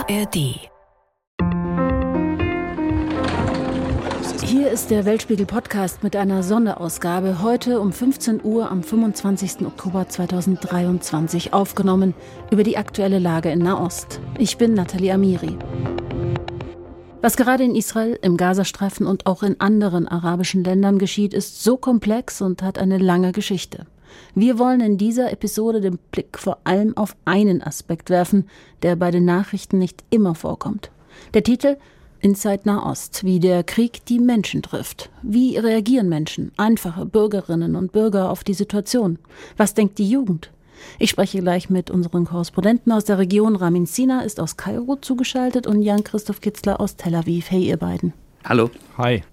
ARD. Hier ist der Weltspiegel-Podcast mit einer Sonderausgabe, heute um 15 Uhr am 25. Oktober 2023 aufgenommen, über die aktuelle Lage in Nahost. Ich bin Nathalie Amiri. Was gerade in Israel, im Gazastreifen und auch in anderen arabischen Ländern geschieht, ist so komplex und hat eine lange Geschichte. Wir wollen in dieser Episode den Blick vor allem auf einen Aspekt werfen, der bei den Nachrichten nicht immer vorkommt. Der Titel: Inside Nahost, wie der Krieg die Menschen trifft. Wie reagieren Menschen, einfache Bürgerinnen und Bürger auf die Situation? Was denkt die Jugend? Ich spreche gleich mit unseren Korrespondenten aus der Region. Ramin Sina ist aus Kairo zugeschaltet und Jan-Christoph Kitzler aus Tel Aviv. Hey, ihr beiden. Hallo. Hi.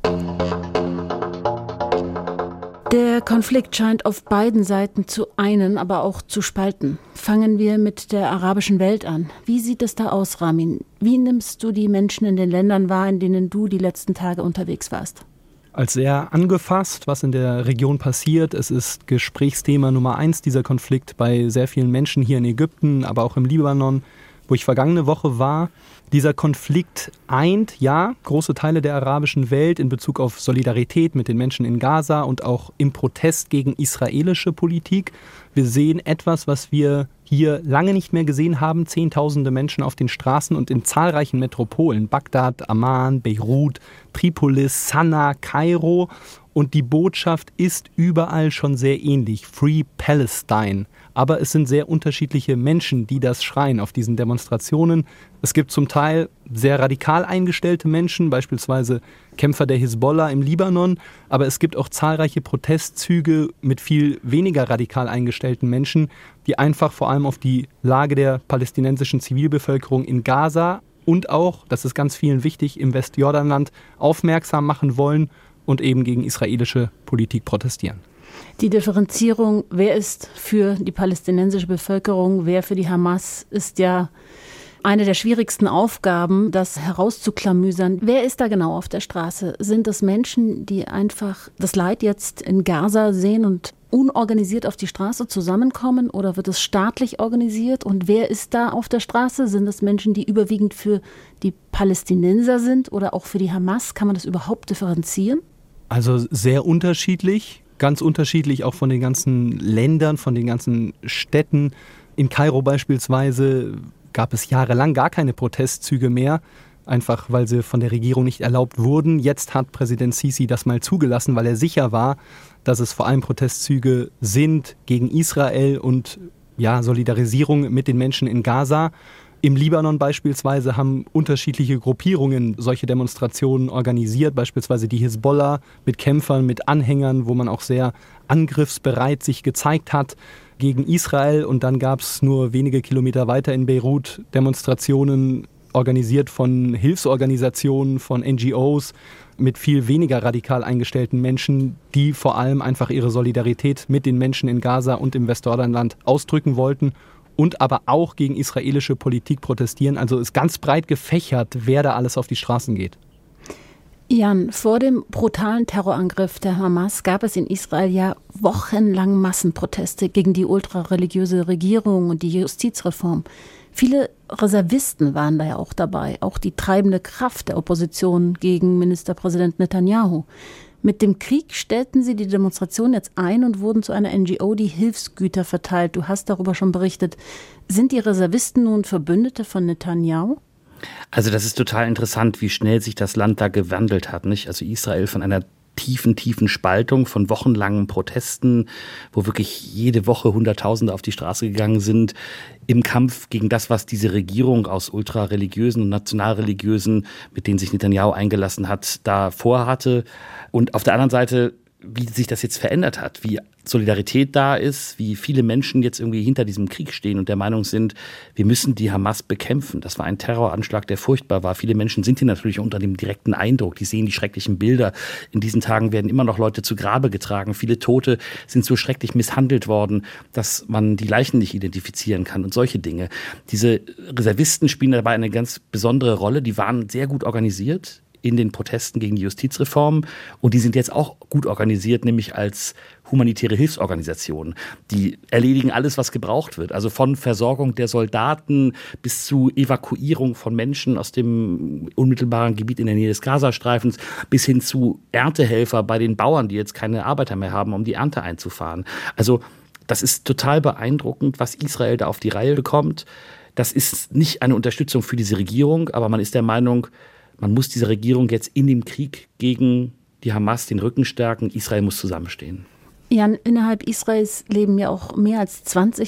Der Konflikt scheint auf beiden Seiten zu einen, aber auch zu spalten. Fangen wir mit der arabischen Welt an. Wie sieht es da aus, Ramin? Wie nimmst du die Menschen in den Ländern wahr, in denen du die letzten Tage unterwegs warst? Als sehr angefasst, was in der Region passiert. Es ist Gesprächsthema Nummer 1, dieser Konflikt, bei sehr vielen Menschen hier in Ägypten, aber auch im Libanon, wo ich vergangene Woche war. Dieser Konflikt eint, ja, große Teile der arabischen Welt in Bezug auf Solidarität mit den Menschen in Gaza und auch im Protest gegen israelische Politik. Wir sehen etwas, was wir hier lange nicht mehr gesehen haben. Zehntausende Menschen auf den Straßen und in zahlreichen Metropolen. Bagdad, Amman, Beirut, Tripolis, Sanaa, Kairo. Und die Botschaft ist überall schon sehr ähnlich. Free Palestine. Aber es sind sehr unterschiedliche Menschen, die das schreien auf diesen Demonstrationen. Es gibt zum Teil sehr radikal eingestellte Menschen, beispielsweise Kämpfer der Hisbollah im Libanon. Aber es gibt auch zahlreiche Protestzüge mit viel weniger radikal eingestellten Menschen, die einfach vor allem auf die Lage der palästinensischen Zivilbevölkerung in Gaza und auch, das ist ganz vielen wichtig, im Westjordanland aufmerksam machen wollen und eben gegen israelische Politik protestieren. Die Differenzierung, wer ist für die palästinensische Bevölkerung, wer für die Hamas, ist ja eine der schwierigsten Aufgaben, das herauszuklamüsern. Wer ist da genau auf der Straße? Sind es Menschen, die einfach das Leid jetzt in Gaza sehen und unorganisiert auf die Straße zusammenkommen, oder wird es staatlich organisiert? Und wer ist da auf der Straße? Sind es Menschen, die überwiegend für die Palästinenser sind oder auch für die Hamas? Kann man das überhaupt differenzieren? Also sehr unterschiedlich. Ganz unterschiedlich auch von den ganzen Ländern, von den ganzen Städten. In Kairo beispielsweise gab es jahrelang gar keine Protestzüge mehr, einfach weil sie von der Regierung nicht erlaubt wurden. Jetzt hat Präsident Sisi das mal zugelassen, weil er sicher war, dass es vor allem Protestzüge sind gegen Israel und ja, Solidarisierung mit den Menschen in Gaza. Im Libanon beispielsweise haben unterschiedliche Gruppierungen solche Demonstrationen organisiert, beispielsweise die Hisbollah mit Kämpfern, mit Anhängern, wo man auch sehr angriffsbereit sich gezeigt hat gegen Israel. Und dann gab es nur wenige Kilometer weiter in Beirut Demonstrationen organisiert von Hilfsorganisationen, von NGOs mit viel weniger radikal eingestellten Menschen, die vor allem einfach ihre Solidarität mit den Menschen in Gaza und im Westjordanland ausdrücken wollten und aber auch gegen israelische Politik protestieren. Also ist ganz breit gefächert, wer da alles auf die Straßen geht. Jan, vor dem brutalen Terrorangriff der Hamas gab es in Israel ja wochenlang Massenproteste gegen die ultrareligiöse Regierung und die Justizreform. Viele Reservisten waren da ja auch dabei, auch die treibende Kraft der Opposition gegen Ministerpräsident Netanyahu. Mit dem Krieg stellten sie die Demonstration jetzt ein und wurden zu einer NGO, die Hilfsgüter verteilt. Du hast darüber schon berichtet. Sind die Reservisten nun Verbündete von Netanyahu? Also das ist total interessant, wie schnell sich das Land da gewandelt hat, nicht? Also Israel von einer tiefen Spaltung, von wochenlangen Protesten, wo wirklich jede Woche Hunderttausende auf die Straße gegangen sind, im Kampf gegen das, was diese Regierung aus ultrareligiösen und nationalreligiösen, mit denen sich Netanyahu eingelassen hat, da vorhatte. Und auf der anderen Seite, wie sich das jetzt verändert hat, wie Solidarität da ist, wie viele Menschen jetzt irgendwie hinter diesem Krieg stehen und der Meinung sind, wir müssen die Hamas bekämpfen. Das war ein Terroranschlag, der furchtbar war. Viele Menschen sind hier natürlich unter dem direkten Eindruck. Die sehen die schrecklichen Bilder. In diesen Tagen werden immer noch Leute zu Grabe getragen. Viele Tote sind so schrecklich misshandelt worden, dass man die Leichen nicht identifizieren kann und solche Dinge. Diese Reservisten spielen dabei eine ganz besondere Rolle. Die waren sehr gut organisiert. in den Protesten gegen die Justizreform. Und die sind jetzt auch gut organisiert, nämlich als humanitäre Hilfsorganisationen. Die erledigen alles, was gebraucht wird. Also von Versorgung der Soldaten bis zu Evakuierung von Menschen aus dem unmittelbaren Gebiet in der Nähe des Gazastreifens bis hin zu Erntehelfer bei den Bauern, die jetzt keine Arbeiter mehr haben, um die Ernte einzufahren. Also das ist total beeindruckend, was Israel da auf die Reihe bekommt. Das ist nicht eine Unterstützung für diese Regierung, aber man ist der Meinung, man muss dieser Regierung jetzt in dem Krieg gegen die Hamas den Rücken stärken. Israel muss zusammenstehen. Jan, innerhalb Israels leben ja auch mehr als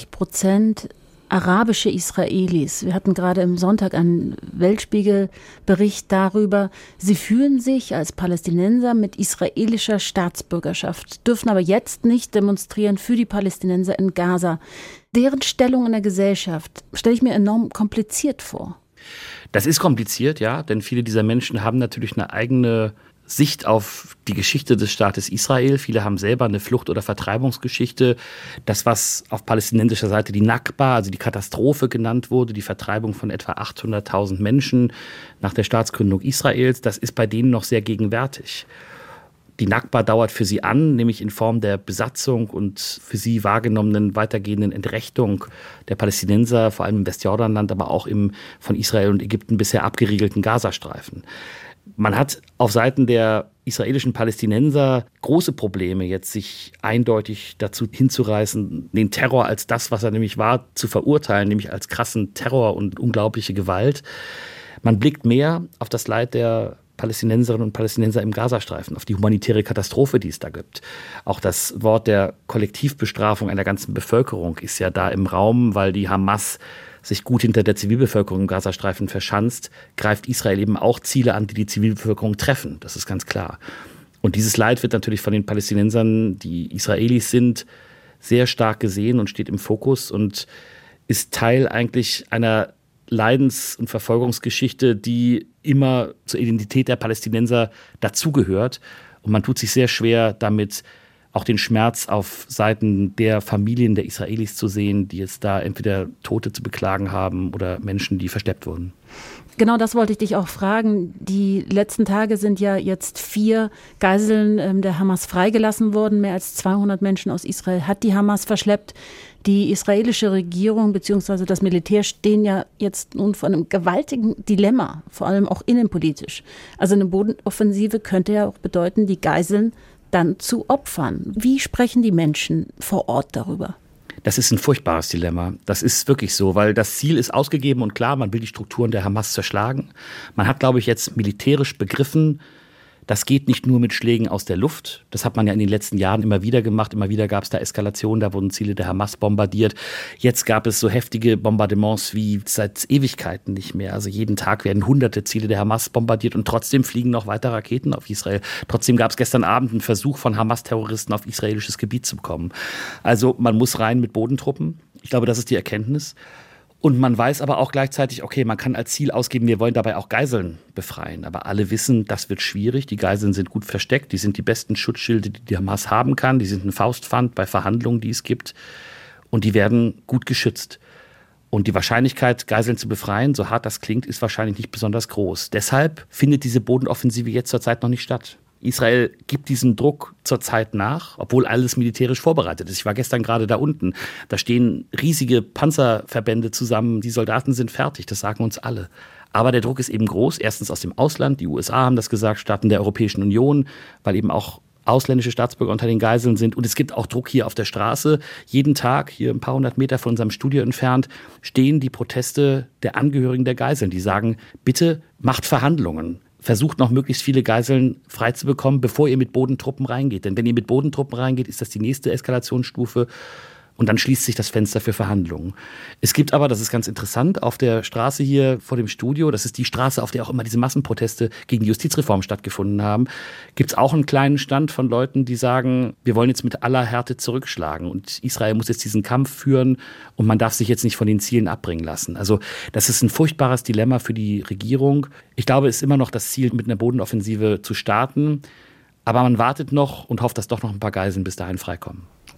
20% arabische Israelis. Wir hatten gerade im Sonntag einen Weltspiegel-Bericht darüber. Sie fühlen sich als Palästinenser mit israelischer Staatsbürgerschaft, dürfen aber jetzt nicht demonstrieren für die Palästinenser in Gaza. Deren Stellung in der Gesellschaft stelle ich mir enorm kompliziert vor. Das ist kompliziert, ja, denn viele dieser Menschen haben natürlich eine eigene Sicht auf die Geschichte des Staates Israel. Viele haben selber eine Flucht- oder Vertreibungsgeschichte. Das, was auf palästinensischer Seite die Nakba, also die Katastrophe genannt wurde, die Vertreibung von etwa 800.000 Menschen nach der Staatsgründung Israels, das ist bei denen noch sehr gegenwärtig. Die Nakba dauert für sie an, nämlich in Form der Besatzung und für sie wahrgenommenen weitergehenden Entrechtung der Palästinenser, vor allem im Westjordanland, aber auch im von Israel und Ägypten bisher abgeriegelten Gazastreifen. Man hat auf Seiten der israelischen Palästinenser große Probleme, jetzt sich eindeutig dazu hinzureißen, den Terror als das, was er nämlich war, zu verurteilen, nämlich als krassen Terror und unglaubliche Gewalt. Man blickt mehr auf das Leid der Palästinenserinnen und Palästinenser im Gazastreifen, auf die humanitäre Katastrophe, die es da gibt. Auch das Wort der Kollektivbestrafung einer ganzen Bevölkerung ist ja da im Raum, weil die Hamas sich gut hinter der Zivilbevölkerung im Gazastreifen verschanzt, greift Israel eben auch Ziele an, die die Zivilbevölkerung treffen. Das ist ganz klar. Und dieses Leid wird natürlich von den Palästinensern, die Israelis sind, sehr stark gesehen und steht im Fokus und ist Teil eigentlich einer Leidens- und Verfolgungsgeschichte, die immer zur Identität der Palästinenser dazugehört. Und man tut sich sehr schwer damit, auch den Schmerz auf Seiten der Familien der Israelis zu sehen, die jetzt da entweder Tote zu beklagen haben oder Menschen, die verschleppt wurden. Genau das wollte ich dich auch fragen. Die letzten Tage sind ja jetzt 4 Geiseln der Hamas freigelassen worden. Mehr als 200 Menschen aus Israel hat die Hamas verschleppt. Die israelische Regierung bzw. das Militär stehen ja jetzt nun vor einem gewaltigen Dilemma, vor allem auch innenpolitisch. Also eine Bodenoffensive könnte ja auch bedeuten, die Geiseln dann zu opfern. Wie sprechen die Menschen vor Ort darüber? Das ist ein furchtbares Dilemma. Das ist wirklich so, weil das Ziel ist ausgegeben und klar, man will die Strukturen der Hamas zerschlagen. Man hat, glaube ich, jetzt militärisch begriffen, das geht nicht nur mit Schlägen aus der Luft. Das hat man ja in den letzten Jahren immer wieder gemacht. Immer wieder gab es da Eskalationen, da wurden Ziele der Hamas bombardiert. Jetzt gab es so heftige Bombardements wie seit Ewigkeiten nicht mehr. Also jeden Tag werden hunderte Ziele der Hamas bombardiert und trotzdem fliegen noch weiter Raketen auf Israel. Trotzdem gab es gestern Abend einen Versuch von Hamas-Terroristen auf israelisches Gebiet zu kommen. Also man muss rein mit Bodentruppen. Ich glaube, das ist die Erkenntnis. Und man weiß aber auch gleichzeitig, okay, man kann als Ziel ausgeben, wir wollen dabei auch Geiseln befreien. Aber alle wissen, das wird schwierig. Die Geiseln sind gut versteckt. Die sind die besten Schutzschilde, die die Hamas haben kann. Die sind ein Faustpfand bei Verhandlungen, die es gibt. Und die werden gut geschützt. Und die Wahrscheinlichkeit, Geiseln zu befreien, so hart das klingt, ist wahrscheinlich nicht besonders groß. Deshalb findet diese Bodenoffensive jetzt zurzeit noch nicht statt. Israel gibt diesem Druck zurzeit nach, obwohl alles militärisch vorbereitet ist. Ich war gestern gerade da unten. Da stehen riesige Panzerverbände zusammen. Die Soldaten sind fertig, das sagen uns alle. Aber der Druck ist eben groß. Erstens aus dem Ausland. Die USA haben das gesagt, Staaten der Europäischen Union, weil eben auch ausländische Staatsbürger unter den Geiseln sind. Und es gibt auch Druck hier auf der Straße. Jeden Tag, hier ein paar hundert Meter von unserem Studio entfernt, stehen die Proteste der Angehörigen der Geiseln. Die sagen, bitte macht Verhandlungen. Versucht noch möglichst viele Geiseln freizubekommen, bevor ihr mit Bodentruppen reingeht. Denn wenn ihr mit Bodentruppen reingeht, ist das die nächste Eskalationsstufe. Und dann schließt sich das Fenster für Verhandlungen. Es gibt aber, das ist ganz interessant, auf der Straße hier vor dem Studio, das ist die Straße, auf der auch immer diese Massenproteste gegen die Justizreform stattgefunden haben, gibt es auch einen kleinen Stand von Leuten, die sagen, wir wollen jetzt mit aller Härte zurückschlagen und Israel muss jetzt diesen Kampf führen und man darf sich jetzt nicht von den Zielen abbringen lassen. Also das ist ein furchtbares Dilemma für die Regierung. Ich glaube, es ist immer noch das Ziel, mit einer Bodenoffensive zu starten, aber man wartet noch und hofft, dass doch noch ein paar Geiseln bis dahin freikommen.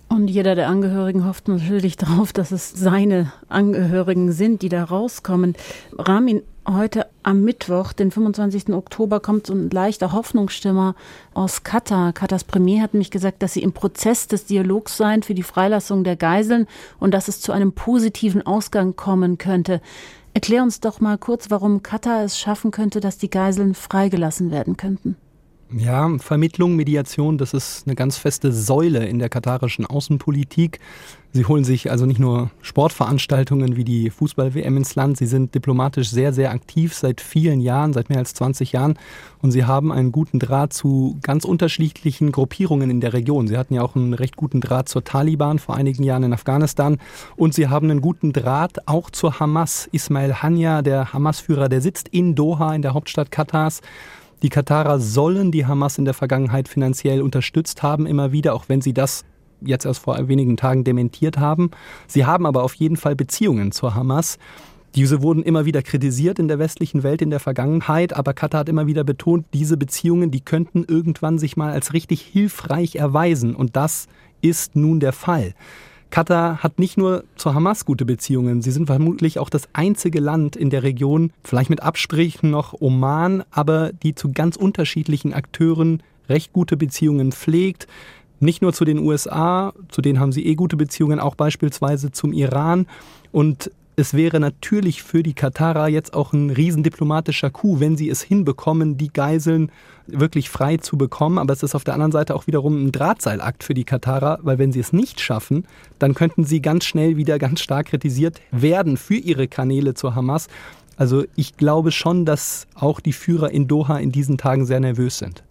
Und jeder der Angehörigen hofft natürlich darauf, dass es seine Angehörigen sind, die da rauskommen. Ramin, heute am Mittwoch, den 25. Oktober, kommt so ein leichter Hoffnungsstimmer aus Katar. Katars Premier hat nämlich gesagt, dass sie im Prozess des Dialogs seien für die Freilassung der Geiseln und dass es zu einem positiven Ausgang kommen könnte. Erklär uns doch mal kurz, warum Katar es schaffen könnte, dass die Geiseln freigelassen werden könnten. Ja, Vermittlung, Mediation, das ist eine ganz feste Säule in der katarischen Außenpolitik. Sie holen sich also nicht nur Sportveranstaltungen wie die Fußball-WM ins Land, sie sind diplomatisch sehr, sehr aktiv seit vielen Jahren, seit mehr als 20 Jahren. Und sie haben einen guten Draht zu ganz unterschiedlichen Gruppierungen in der Region. Sie hatten ja auch einen recht guten Draht zur Taliban vor einigen Jahren in Afghanistan. Und sie haben einen guten Draht auch zur Hamas. Ismail Haniyeh, der Hamas-Führer, der sitzt in Doha, in der Hauptstadt Katars. Die Katarer sollen die Hamas in der Vergangenheit finanziell unterstützt haben, immer wieder, auch wenn sie das jetzt erst vor wenigen Tagen dementiert haben. Sie haben aber auf jeden Fall Beziehungen zur Hamas. Diese wurden immer wieder kritisiert in der westlichen Welt in der Vergangenheit, aber Katar hat immer wieder betont, diese Beziehungen, die könnten irgendwann sich mal als richtig hilfreich erweisen. Und das ist nun der Fall. Katar hat nicht nur zur Hamas gute Beziehungen, sie sind vermutlich auch das einzige Land in der Region, vielleicht mit Abstrichen noch Oman, aber die zu ganz unterschiedlichen Akteuren recht gute Beziehungen pflegt. Nicht nur zu den USA, zu denen haben sie gute Beziehungen, auch beispielsweise zum Iran. Und es wäre natürlich für die Katarer jetzt auch ein riesen diplomatischer Coup, wenn sie es hinbekommen, die Geiseln wirklich frei zu bekommen. Aber es ist auf der anderen Seite auch wiederum ein Drahtseilakt für die Katarer, weil wenn sie es nicht schaffen, dann könnten sie ganz schnell wieder ganz stark kritisiert werden für ihre Kanäle zur Hamas. Also ich glaube schon, dass auch die Führer in Doha in diesen Tagen sehr nervös sind.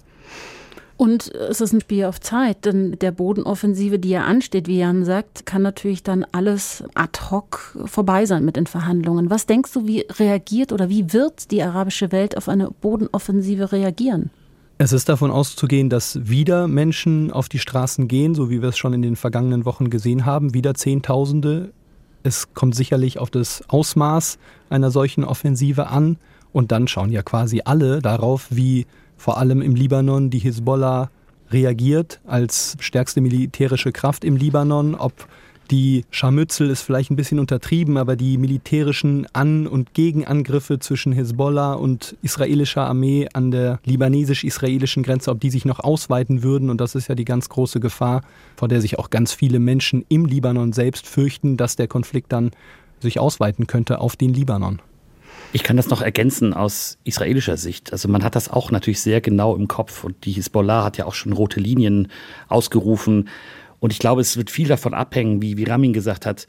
Und es ist ein Spiel auf Zeit, denn mit der Bodenoffensive, die ja ansteht, wie Jan sagt, kann natürlich dann alles ad hoc vorbei sein mit den Verhandlungen. Was denkst du, wie reagiert oder wie wird die arabische Welt auf eine Bodenoffensive reagieren? Es ist davon auszugehen, dass wieder Menschen auf die Straßen gehen, so wie wir es schon in den vergangenen Wochen gesehen haben, wieder Zehntausende. Es kommt sicherlich auf das Ausmaß einer solchen Offensive an und dann schauen ja quasi alle darauf, wie vor allem im Libanon die Hisbollah reagiert als stärkste militärische Kraft im Libanon. Ob die Scharmützel ist vielleicht ein bisschen untertrieben, aber die militärischen An- und Gegenangriffe zwischen Hisbollah und israelischer Armee an der libanesisch-israelischen Grenze, ob die sich noch ausweiten würden. Und das ist ja die ganz große Gefahr, vor der sich auch ganz viele Menschen im Libanon selbst fürchten, dass der Konflikt dann sich ausweiten könnte auf den Libanon. Ich kann das noch ergänzen aus israelischer Sicht. Also man hat das auch natürlich sehr genau im Kopf und die Hisbollah hat ja auch schon rote Linien ausgerufen. Und ich glaube, es wird viel davon abhängen, wie Ramin gesagt hat,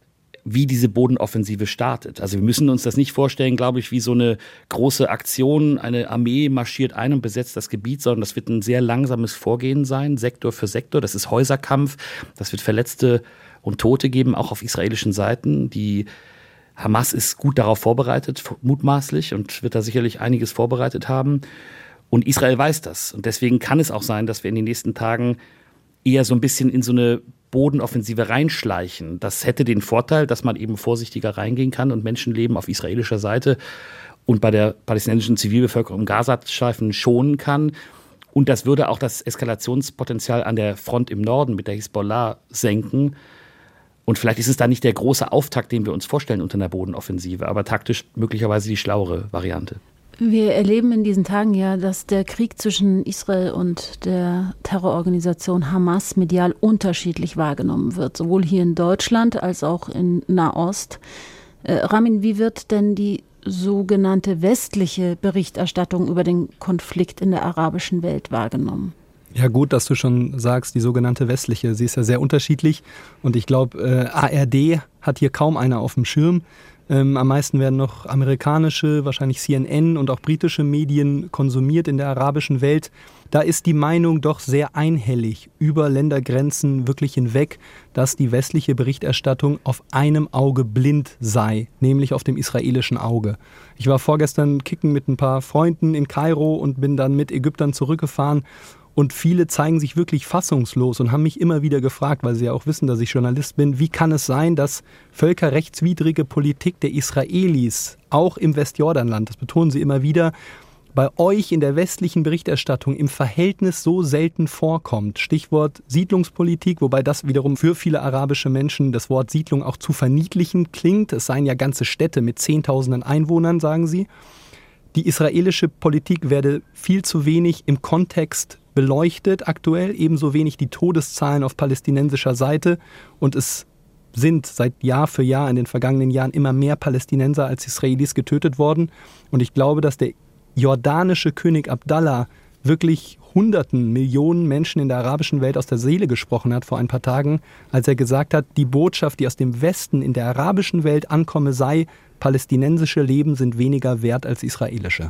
wie diese Bodenoffensive startet. Also wir müssen uns das nicht vorstellen, glaube ich, wie so eine große Aktion, eine Armee marschiert ein und besetzt das Gebiet, sondern das wird ein sehr langsames Vorgehen sein, Sektor für Sektor. Das ist Häuserkampf, das wird Verletzte und Tote geben, auch auf israelischen Seiten. Die Hamas ist gut darauf vorbereitet, mutmaßlich, und wird da sicherlich einiges vorbereitet haben. Und Israel weiß das. Und deswegen kann es auch sein, dass wir in den nächsten Tagen eher so ein bisschen in so eine Bodenoffensive reinschleichen. Das hätte den Vorteil, dass man eben vorsichtiger reingehen kann und Menschenleben auf israelischer Seite und bei der palästinensischen Zivilbevölkerung im Gazastreifen schonen kann. Und das würde auch das Eskalationspotenzial an der Front im Norden mit der Hisbollah senken. Und vielleicht ist es da nicht der große Auftakt, den wir uns vorstellen unter einer Bodenoffensive, aber taktisch möglicherweise die schlauere Variante. Wir erleben in diesen Tagen ja, dass der Krieg zwischen Israel und der Terrororganisation Hamas medial unterschiedlich wahrgenommen wird, sowohl hier in Deutschland als auch in Nahost. Ramin, wie wird denn die sogenannte westliche Berichterstattung über den Konflikt in der arabischen Welt wahrgenommen? Ja, gut, dass du schon sagst, die sogenannte westliche, sie ist ja sehr unterschiedlich und ich glaube, ARD hat hier kaum einer auf dem Schirm. Am meisten werden noch amerikanische, wahrscheinlich CNN und auch britische Medien konsumiert in der arabischen Welt. Da ist die Meinung doch sehr einhellig über Ländergrenzen wirklich hinweg, dass die westliche Berichterstattung auf einem Auge blind sei, nämlich auf dem israelischen Auge. Ich war vorgestern kicken mit ein paar Freunden in Kairo und bin dann mit Ägyptern zurückgefahren. Und viele zeigen sich wirklich fassungslos und haben mich immer wieder gefragt, weil sie ja auch wissen, dass ich Journalist bin, wie kann es sein, dass völkerrechtswidrige Politik der Israelis, auch im Westjordanland, das betonen sie immer wieder, bei euch in der westlichen Berichterstattung im Verhältnis so selten vorkommt. Stichwort Siedlungspolitik, wobei das wiederum für viele arabische Menschen das Wort Siedlung auch zu verniedlichend klingt. Es seien ja ganze Städte mit Zehntausenden Einwohnern, sagen sie. Die israelische Politik werde viel zu wenig im Kontext beleuchtet aktuell, ebenso wenig die Todeszahlen auf palästinensischer Seite. Und es sind seit Jahr für Jahr in den vergangenen Jahren immer mehr Palästinenser als Israelis getötet worden. Und ich glaube, dass der jordanische König Abdallah wirklich Hunderten, Millionen Menschen in der arabischen Welt aus der Seele gesprochen hat vor ein paar Tagen, als er gesagt hat, die Botschaft, die aus dem Westen in der arabischen Welt ankomme, sei, palästinensische Leben sind weniger wert als israelische.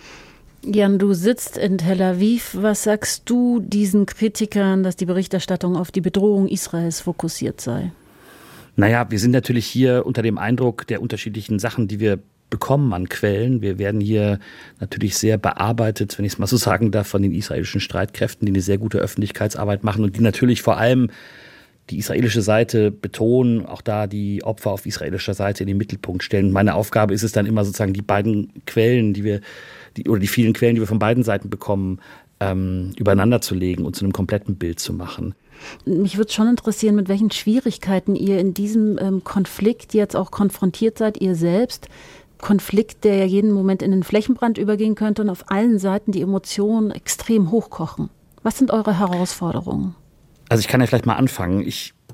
Jan, du sitzt in Tel Aviv. Was sagst du diesen Kritikern, dass die Berichterstattung auf die Bedrohung Israels fokussiert sei? Naja, wir sind natürlich hier unter dem Eindruck der unterschiedlichen Sachen, die wir bekommen an Quellen. Wir werden hier natürlich sehr bearbeitet, wenn ich es mal so sagen darf, von den israelischen Streitkräften, die eine sehr gute Öffentlichkeitsarbeit machen und die natürlich vor allem die israelische Seite betonen, auch da die Opfer auf israelischer Seite in den Mittelpunkt stellen. Meine Aufgabe ist es dann immer sozusagen die beiden Quellen, die vielen Quellen, die wir von beiden Seiten bekommen, übereinander zu legen und zu einem kompletten Bild zu machen. Mich würde schon interessieren, mit welchen Schwierigkeiten ihr in diesem Konflikt jetzt auch konfrontiert seid, ihr selbst. Konflikt, der ja jeden Moment in den Flächenbrand übergehen könnte und auf allen Seiten die Emotionen extrem hochkochen. Was sind eure Herausforderungen? Also ich kann ja vielleicht mal anfangen.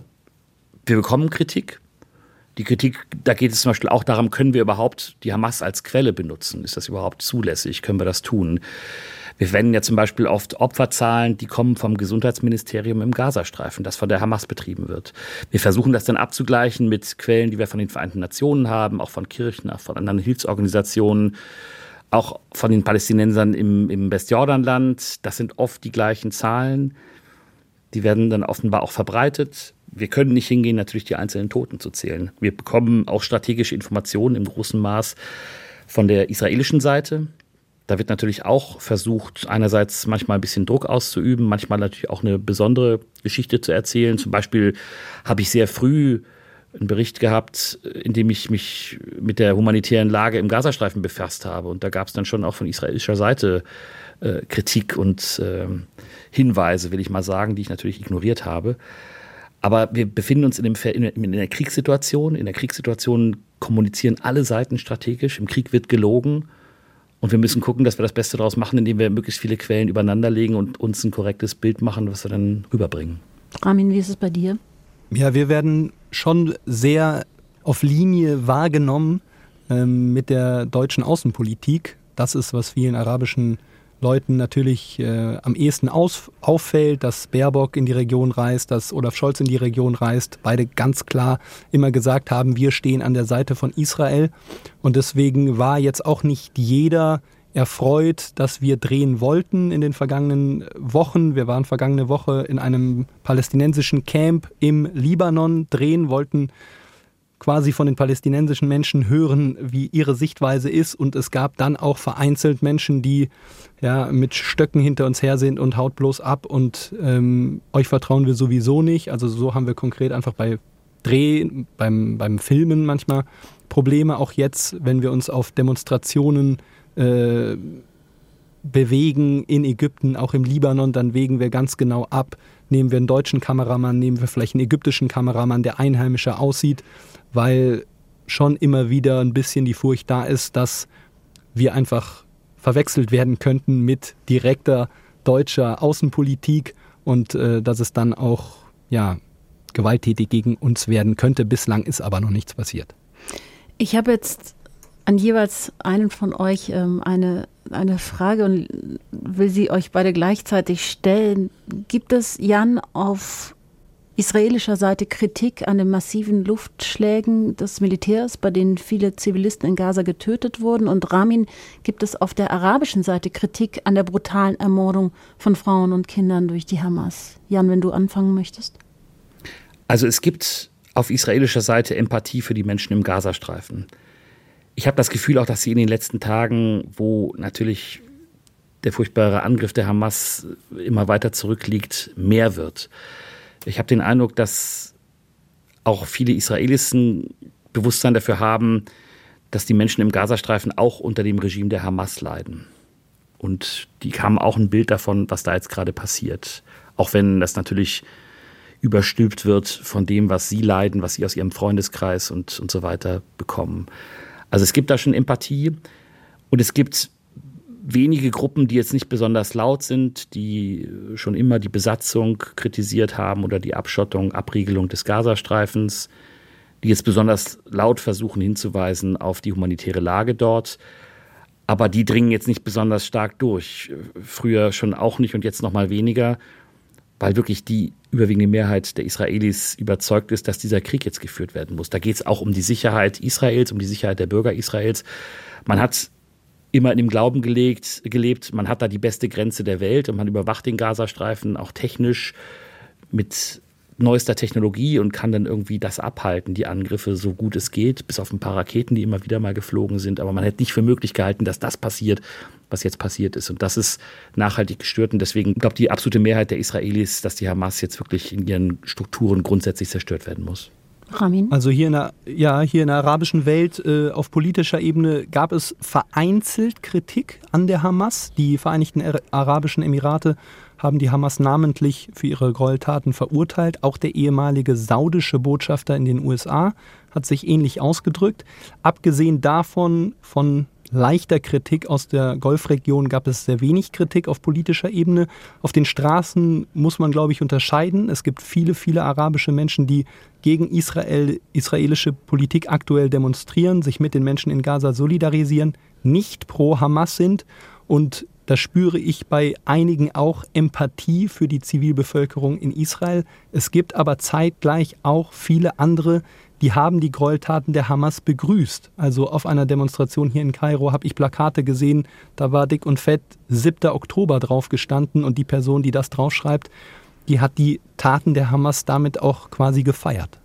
Wir bekommen Kritik. Die Kritik, da geht es zum Beispiel auch darum, können wir überhaupt die Hamas als Quelle benutzen? Ist das überhaupt zulässig? Können wir das tun? Wir verwenden ja zum Beispiel oft Opferzahlen, die kommen vom Gesundheitsministerium im Gazastreifen, das von der Hamas betrieben wird. Wir versuchen das dann abzugleichen mit Quellen, die wir von den Vereinten Nationen haben, auch von Kirchen, auch von anderen Hilfsorganisationen, auch von den Palästinensern im Westjordanland. Das sind oft die gleichen Zahlen. Die werden dann offenbar auch verbreitet. Wir können nicht hingehen, natürlich die einzelnen Toten zu zählen. Wir bekommen auch strategische Informationen im großen Maß von der israelischen Seite. Da wird natürlich auch versucht, einerseits manchmal ein bisschen Druck auszuüben, manchmal natürlich auch eine besondere Geschichte zu erzählen. Zum Beispiel habe ich sehr früh einen Bericht gehabt, in dem ich mich mit der humanitären Lage im Gazastreifen befasst habe. Und da gab es dann schon auch von israelischer Seite Kritik und Hinweise, will ich mal sagen, die ich natürlich ignoriert habe. Aber wir befinden uns in einer Kriegssituation. In der Kriegssituation kommunizieren alle Seiten strategisch. Im Krieg wird gelogen. Und wir müssen gucken, dass wir das Beste daraus machen, indem wir möglichst viele Quellen übereinander legen und uns ein korrektes Bild machen, was wir dann rüberbringen. Ramin, wie ist es bei dir? Ja, wir werden schon sehr auf Linie wahrgenommen mit der deutschen Außenpolitik. Das ist, was vielen arabischen Leuten natürlich am ehesten auffällt, dass Baerbock in die Region reist, dass Olaf Scholz in die Region reist. Beide ganz klar immer gesagt haben, wir stehen an der Seite von Israel. Und deswegen war jetzt auch nicht jeder erfreut, dass wir drehen wollten in den vergangenen Wochen. Wir waren vergangene Woche in einem palästinensischen Camp im Libanon, drehen wollten quasi von den palästinensischen Menschen hören, wie ihre Sichtweise ist. Und es gab dann auch vereinzelt Menschen, die ja mit Stöcken hinter uns her sind und haut bloß ab und euch vertrauen wir sowieso nicht. Also so haben wir konkret einfach bei Dreh, beim Filmen manchmal Probleme. Auch jetzt, wenn wir uns auf Demonstrationen bewegen in Ägypten, auch im Libanon, dann wägen wir ganz genau ab. Nehmen wir einen deutschen Kameramann, nehmen wir vielleicht einen ägyptischen Kameramann, der einheimischer aussieht, weil schon immer wieder ein bisschen die Furcht da ist, dass wir einfach verwechselt werden könnten mit direkter deutscher Außenpolitik und dass es dann auch gewalttätig gegen uns werden könnte. Bislang ist aber noch nichts passiert. Ich habe jetzt an jeweils einen von euch eine Frage und will sie euch beide gleichzeitig stellen. Gibt es, Jan, auf israelischer Seite Kritik an den massiven Luftschlägen des Militärs, bei denen viele Zivilisten in Gaza getötet wurden? Und Ramin, gibt es auf der arabischen Seite Kritik an der brutalen Ermordung von Frauen und Kindern durch die Hamas? Jan, wenn du anfangen möchtest. Also es gibt auf israelischer Seite Empathie für die Menschen im Gazastreifen. Ich habe das Gefühl auch, dass sie in den letzten Tagen, wo natürlich der furchtbare Angriff der Hamas immer weiter zurückliegt, mehr wird. Ich habe den Eindruck, dass auch viele Israelis ein Bewusstsein dafür haben, dass die Menschen im Gazastreifen auch unter dem Regime der Hamas leiden. Und die haben auch ein Bild davon, was da jetzt gerade passiert. Auch wenn das natürlich überstülpt wird von dem, was sie leiden, was sie aus ihrem Freundeskreis und so weiter bekommen. Also es gibt da schon Empathie und es gibt wenige Gruppen, die jetzt nicht besonders laut sind, die schon immer die Besatzung kritisiert haben oder die Abschottung, Abriegelung des Gazastreifens, die jetzt besonders laut versuchen hinzuweisen auf die humanitäre Lage dort. Aber die dringen jetzt nicht besonders stark durch. Früher schon auch nicht und jetzt noch mal weniger, weil wirklich die überwiegende Mehrheit der Israelis überzeugt ist, dass dieser Krieg jetzt geführt werden muss. Da geht es auch um die Sicherheit Israels, um die Sicherheit der Bürger Israels. Man hat immer in dem Glauben gelebt, man hat da die beste Grenze der Welt und man überwacht den Gazastreifen auch technisch mit neuester Technologie und kann dann irgendwie das abhalten, die Angriffe, so gut es geht, bis auf ein paar Raketen, die immer wieder mal geflogen sind. Aber man hätte nicht für möglich gehalten, dass das passiert, was jetzt passiert ist. Und das ist nachhaltig gestört. Und deswegen glaubt die absolute Mehrheit der Israelis, dass die Hamas jetzt wirklich in ihren Strukturen grundsätzlich zerstört werden muss. Ramin? Also hier in der arabischen Welt auf politischer Ebene gab es vereinzelt Kritik an der Hamas. Die Vereinigten Arabischen Emirate haben die Hamas namentlich für ihre Gräueltaten verurteilt. Auch der ehemalige saudische Botschafter in den USA hat sich ähnlich ausgedrückt. Abgesehen davon, von leichter Kritik aus der Golfregion, gab es sehr wenig Kritik auf politischer Ebene. Auf den Straßen muss man, glaube ich, unterscheiden. Es gibt viele, viele arabische Menschen, die gegen israelische Politik aktuell demonstrieren, sich mit den Menschen in Gaza solidarisieren, nicht pro Hamas sind. Und da spüre ich bei einigen auch Empathie für die Zivilbevölkerung in Israel. Es gibt aber zeitgleich auch viele andere, die haben die Gräueltaten der Hamas begrüßt. Also auf einer Demonstration hier in Kairo habe ich Plakate gesehen, da war dick und fett 7. Oktober drauf gestanden und die Person, die das draufschreibt, die hat die Taten der Hamas damit auch quasi gefeiert.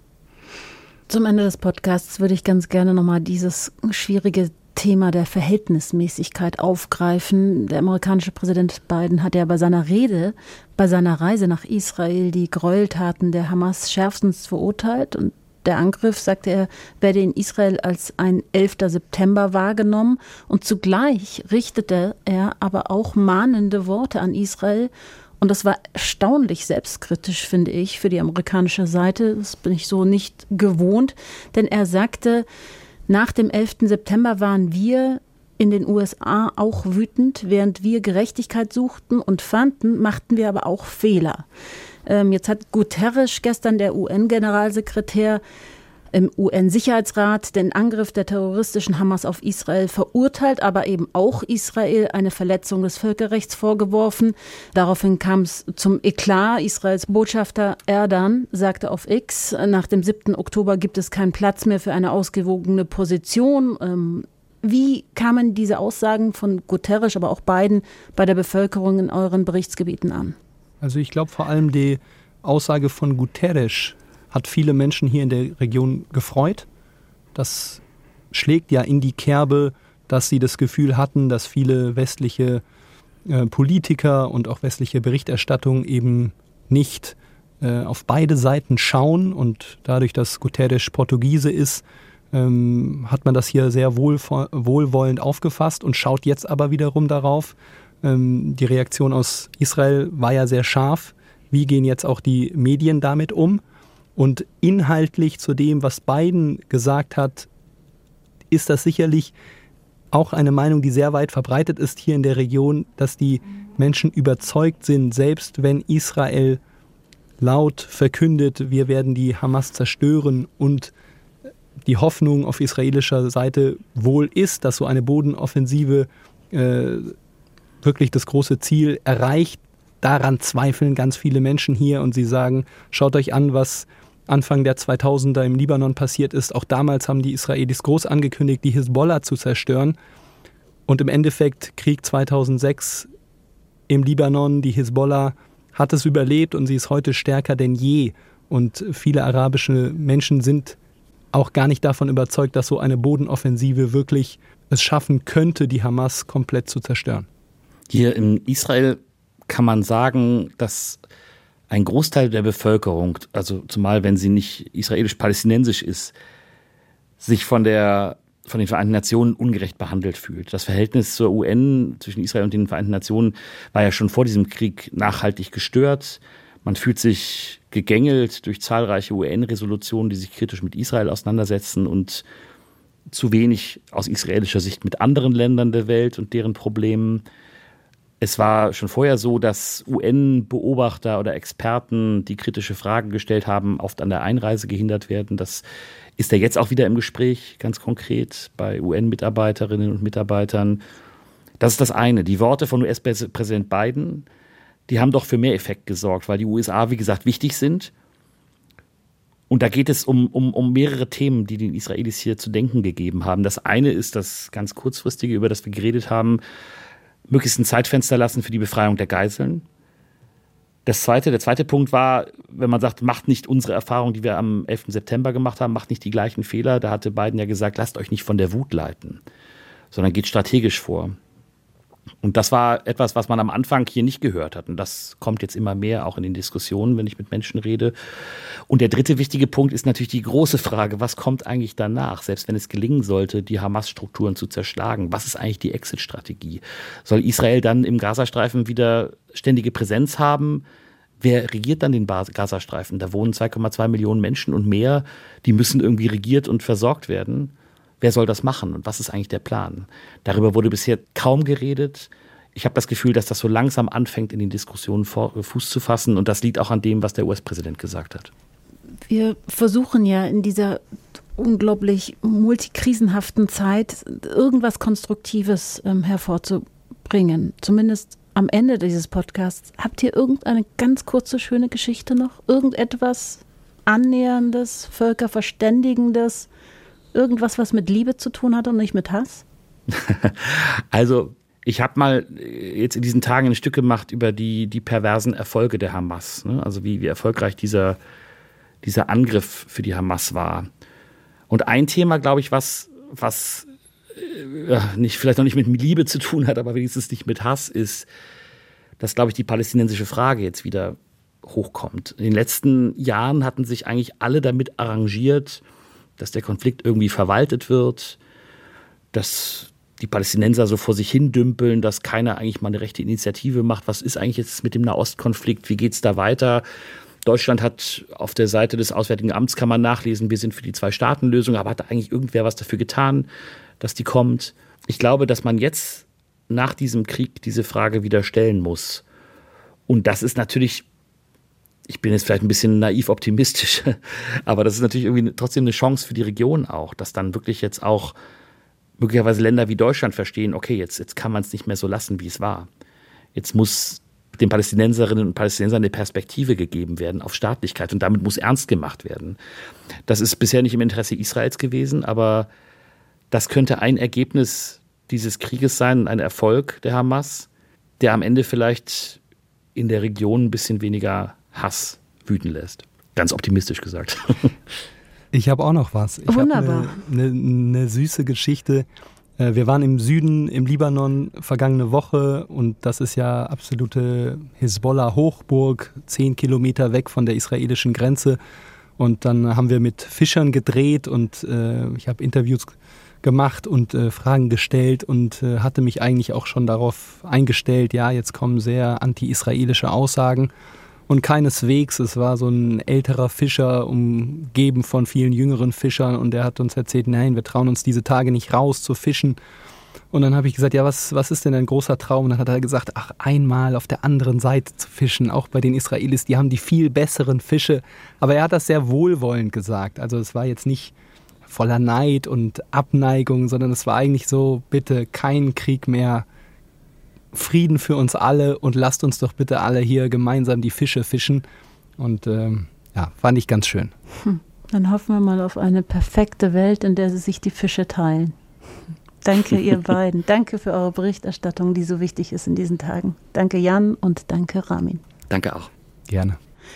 Zum Ende des Podcasts würde ich ganz gerne nochmal dieses schwierige Thema der Verhältnismäßigkeit aufgreifen. Der amerikanische Präsident Biden hat ja bei seiner Rede, bei seiner Reise nach Israel die Gräueltaten der Hamas schärfstens verurteilt. Und der Angriff, sagte er, werde in Israel als ein 11. September wahrgenommen. Und zugleich richtete er aber auch mahnende Worte an Israel. Und das war erstaunlich selbstkritisch, finde ich, für die amerikanische Seite. Das bin ich so nicht gewohnt. Denn er sagte, nach dem 11. September waren wir in den USA auch wütend. Während wir Gerechtigkeit suchten und fanden, machten wir aber auch Fehler. Jetzt hat Guterres, gestern der UN-Generalsekretär, im UN-Sicherheitsrat den Angriff der terroristischen Hamas auf Israel verurteilt, aber eben auch Israel eine Verletzung des Völkerrechts vorgeworfen. Daraufhin kam es zum Eklat. Israels Botschafter Erdan sagte auf X, nach dem 7. Oktober gibt es keinen Platz mehr für eine ausgewogene Position. Wie kamen diese Aussagen von Guterres, aber auch Biden bei der Bevölkerung in euren Berichtsgebieten an? Also ich glaube vor allem die Aussage von Guterres hat viele Menschen hier in der Region gefreut. Das schlägt ja in die Kerbe, dass sie das Gefühl hatten, dass viele westliche Politiker und auch westliche Berichterstattung eben nicht auf beide Seiten schauen. Und dadurch, dass Guterres Portugiese ist, hat man das hier sehr wohlwollend aufgefasst und schaut jetzt aber wiederum darauf. Die Reaktion aus Israel war ja sehr scharf. Wie gehen jetzt auch die Medien damit um? Und inhaltlich zu dem, was Biden gesagt hat, ist das sicherlich auch eine Meinung, die sehr weit verbreitet ist hier in der Region, dass die Menschen überzeugt sind, selbst wenn Israel laut verkündet, wir werden die Hamas zerstören und die Hoffnung auf israelischer Seite wohl ist, dass so eine Bodenoffensive wirklich das große Ziel erreicht. Daran zweifeln ganz viele Menschen hier und sie sagen, schaut euch an, was Anfang der 2000er im Libanon passiert ist. Auch damals haben die Israelis groß angekündigt, die Hisbollah zu zerstören. Und im Endeffekt Krieg 2006 im Libanon, die Hisbollah hat es überlebt und sie ist heute stärker denn je. Und viele arabische Menschen sind auch gar nicht davon überzeugt, dass so eine Bodenoffensive wirklich es schaffen könnte, die Hamas komplett zu zerstören. Hier in Israel kann man sagen, dass ein Großteil der Bevölkerung, also zumal wenn sie nicht israelisch-palästinensisch ist, sich von der von den Vereinten Nationen ungerecht behandelt fühlt. Das Verhältnis zur UN zwischen Israel und den Vereinten Nationen war ja schon vor diesem Krieg nachhaltig gestört. Man fühlt sich gegängelt durch zahlreiche UN-Resolutionen, die sich kritisch mit Israel auseinandersetzen und zu wenig aus israelischer Sicht mit anderen Ländern der Welt und deren Problemen. Es war schon vorher so, dass UN-Beobachter oder Experten, die kritische Fragen gestellt haben, oft an der Einreise gehindert werden. Das ist ja jetzt auch wieder im Gespräch, ganz konkret, bei UN-Mitarbeiterinnen und Mitarbeitern. Das ist das eine. Die Worte von US-Präsident Biden, die haben doch für mehr Effekt gesorgt, weil die USA, wie gesagt, wichtig sind. Und da geht es um mehrere Themen, die den Israelis hier zu denken gegeben haben. Das eine ist das ganz kurzfristige, über das wir geredet haben, möglichst ein Zeitfenster lassen für die Befreiung der Geiseln. Der zweite Punkt war, wenn man sagt, macht nicht unsere Erfahrung, die wir am 11. September gemacht haben, macht nicht die gleichen Fehler. Da hatte Biden ja gesagt, lasst euch nicht von der Wut leiten, sondern geht strategisch vor. Und das war etwas, was man am Anfang hier nicht gehört hat. Und das kommt jetzt immer mehr auch in den Diskussionen, wenn ich mit Menschen rede. Und der dritte wichtige Punkt ist natürlich die große Frage, was kommt eigentlich danach? Selbst wenn es gelingen sollte, die Hamas-Strukturen zu zerschlagen, was ist eigentlich die Exit-Strategie? Soll Israel dann im Gazastreifen wieder ständige Präsenz haben? Wer regiert dann den Gazastreifen? Da wohnen 2,2 Millionen Menschen und mehr. Die müssen irgendwie regiert und versorgt werden. Wer soll das machen und was ist eigentlich der Plan? Darüber wurde bisher kaum geredet. Ich habe das Gefühl, dass das so langsam anfängt, in den Diskussionen Fuß zu fassen. Und das liegt auch an dem, was der US-Präsident gesagt hat. Wir versuchen ja in dieser unglaublich multikrisenhaften Zeit irgendwas Konstruktives hervorzubringen. Zumindest am Ende dieses Podcasts. Habt ihr irgendeine ganz kurze, schöne Geschichte noch? Irgendetwas Annäherndes, Völkerverständigendes? Irgendwas, was mit Liebe zu tun hat und nicht mit Hass? Also ich habe mal jetzt in diesen Tagen ein Stück gemacht über die perversen Erfolge der Hamas. Ne? Also wie erfolgreich dieser Angriff für die Hamas war. Und ein Thema, glaube ich, was vielleicht noch nicht mit Liebe zu tun hat, aber wenigstens nicht mit Hass, ist, dass, glaube ich, die palästinensische Frage jetzt wieder hochkommt. In den letzten Jahren hatten sich eigentlich alle damit arrangiert, dass der Konflikt irgendwie verwaltet wird, dass die Palästinenser so vor sich hin dümpeln, dass keiner eigentlich mal eine rechte Initiative macht. Was ist eigentlich jetzt mit dem Nahostkonflikt? Wie geht es da weiter? Deutschland hat auf der Seite des Auswärtigen Amts, kann man nachlesen, wir sind für die Zwei-Staaten-Lösung, aber hat da eigentlich irgendwer was dafür getan, dass die kommt? Ich glaube, dass man jetzt nach diesem Krieg diese Frage wieder stellen muss. Und das ist natürlich, ich bin jetzt vielleicht ein bisschen naiv optimistisch, aber das ist natürlich irgendwie trotzdem eine Chance für die Region auch, dass dann wirklich jetzt auch möglicherweise Länder wie Deutschland verstehen, okay, jetzt kann man es nicht mehr so lassen, wie es war. Jetzt muss den Palästinenserinnen und Palästinensern eine Perspektive gegeben werden auf Staatlichkeit und damit muss ernst gemacht werden. Das ist bisher nicht im Interesse Israels gewesen, aber das könnte ein Ergebnis dieses Krieges sein, ein Erfolg der Hamas, der am Ende vielleicht in der Region ein bisschen weniger Hass wüten lässt. Ganz optimistisch gesagt. Ich habe auch noch was. Ich Wunderbar. Eine süße Geschichte. Wir waren im Süden, im Libanon, vergangene Woche und das ist ja absolute Hisbollah-Hochburg, 10 Kilometer weg von der israelischen Grenze. Und dann haben wir mit Fischern gedreht und ich habe Interviews gemacht und Fragen gestellt und hatte mich eigentlich auch schon darauf eingestellt, ja, jetzt kommen sehr anti-israelische Aussagen. Und keineswegs, es war so ein älterer Fischer, umgeben von vielen jüngeren Fischern und der hat uns erzählt, nein, wir trauen uns diese Tage nicht raus zu fischen. Und dann habe ich gesagt, ja, was ist denn ein großer Traum? Und dann hat er gesagt, ach, einmal auf der anderen Seite zu fischen, auch bei den Israelis, die haben die viel besseren Fische. Aber er hat das sehr wohlwollend gesagt. Also es war jetzt nicht voller Neid und Abneigung, sondern es war eigentlich so, bitte keinen Krieg mehr, Frieden für uns alle und lasst uns doch bitte alle hier gemeinsam die Fische fischen. Und fand ich ganz schön. Dann hoffen wir mal auf eine perfekte Welt, in der sie sich die Fische teilen. Danke, ihr beiden. Danke für eure Berichterstattung, die so wichtig ist in diesen Tagen. Danke, Jan, und danke, Ramin. Danke auch. Gerne.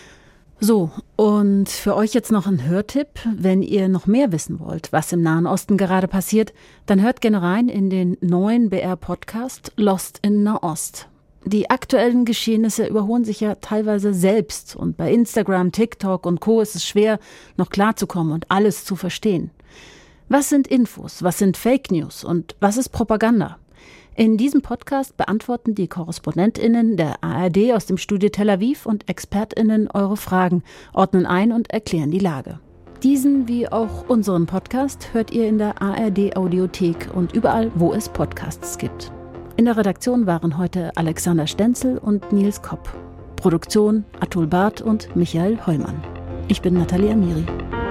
So, und für euch jetzt noch ein Hörtipp. Wenn ihr noch mehr wissen wollt, was im Nahen Osten gerade passiert, dann hört gerne rein in den neuen BR-Podcast Lost in Nahost. Die aktuellen Geschehnisse überholen sich ja teilweise selbst und bei Instagram, TikTok und Co. ist es schwer, noch klarzukommen und alles zu verstehen. Was sind Infos, was sind Fake News und was ist Propaganda? In diesem Podcast beantworten die KorrespondentInnen der ARD aus dem Studio Tel Aviv und ExpertInnen eure Fragen, ordnen ein und erklären die Lage. Diesen wie auch unseren Podcast hört ihr in der ARD-Audiothek und überall, wo es Podcasts gibt. In der Redaktion waren heute Alexander Stenzel und Nils Kopp. Produktion Atul Barth und Michael Heumann. Ich bin Nathalie Amiri.